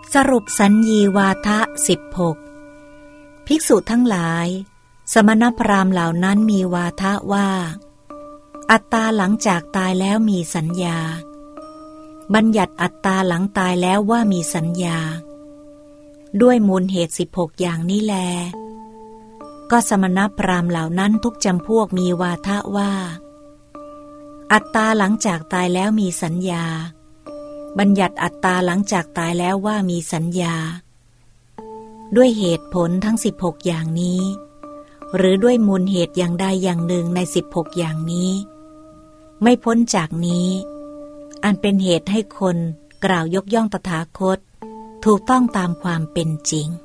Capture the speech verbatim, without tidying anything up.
สรุปสัญญีวาทะสิบหกภิกษุทั้งหลายสมณพราหมณ์เหล่านั้นมีวาทะว่าอัตตาหลังจากตายแล้วมีสัญญาบัญญัติอัตตาหลังตายแล้วว่ามีสัญญาด้วยมูลเหตุสิบหกอย่างนี้แลก็สมณพราหมณ์เหล่านั้นทุกจำพวกมีวาทะว่าอัตตาหลังจากตายแล้วมีสัญญาบัญญัติอัตตาหลังจากตายแล้วว่ามีสัญญาด้วยเหตุผลทั้งสิบหกอย่างนี้หรือด้วยมูลเหตุอย่างใดอย่างหนึ่งในสิบหกอย่างนี้ไม่พ้นจากนี้อันเป็นเหตุให้คนกล่าวยกย่องตถาคตถูกต้องตามความเป็นจริง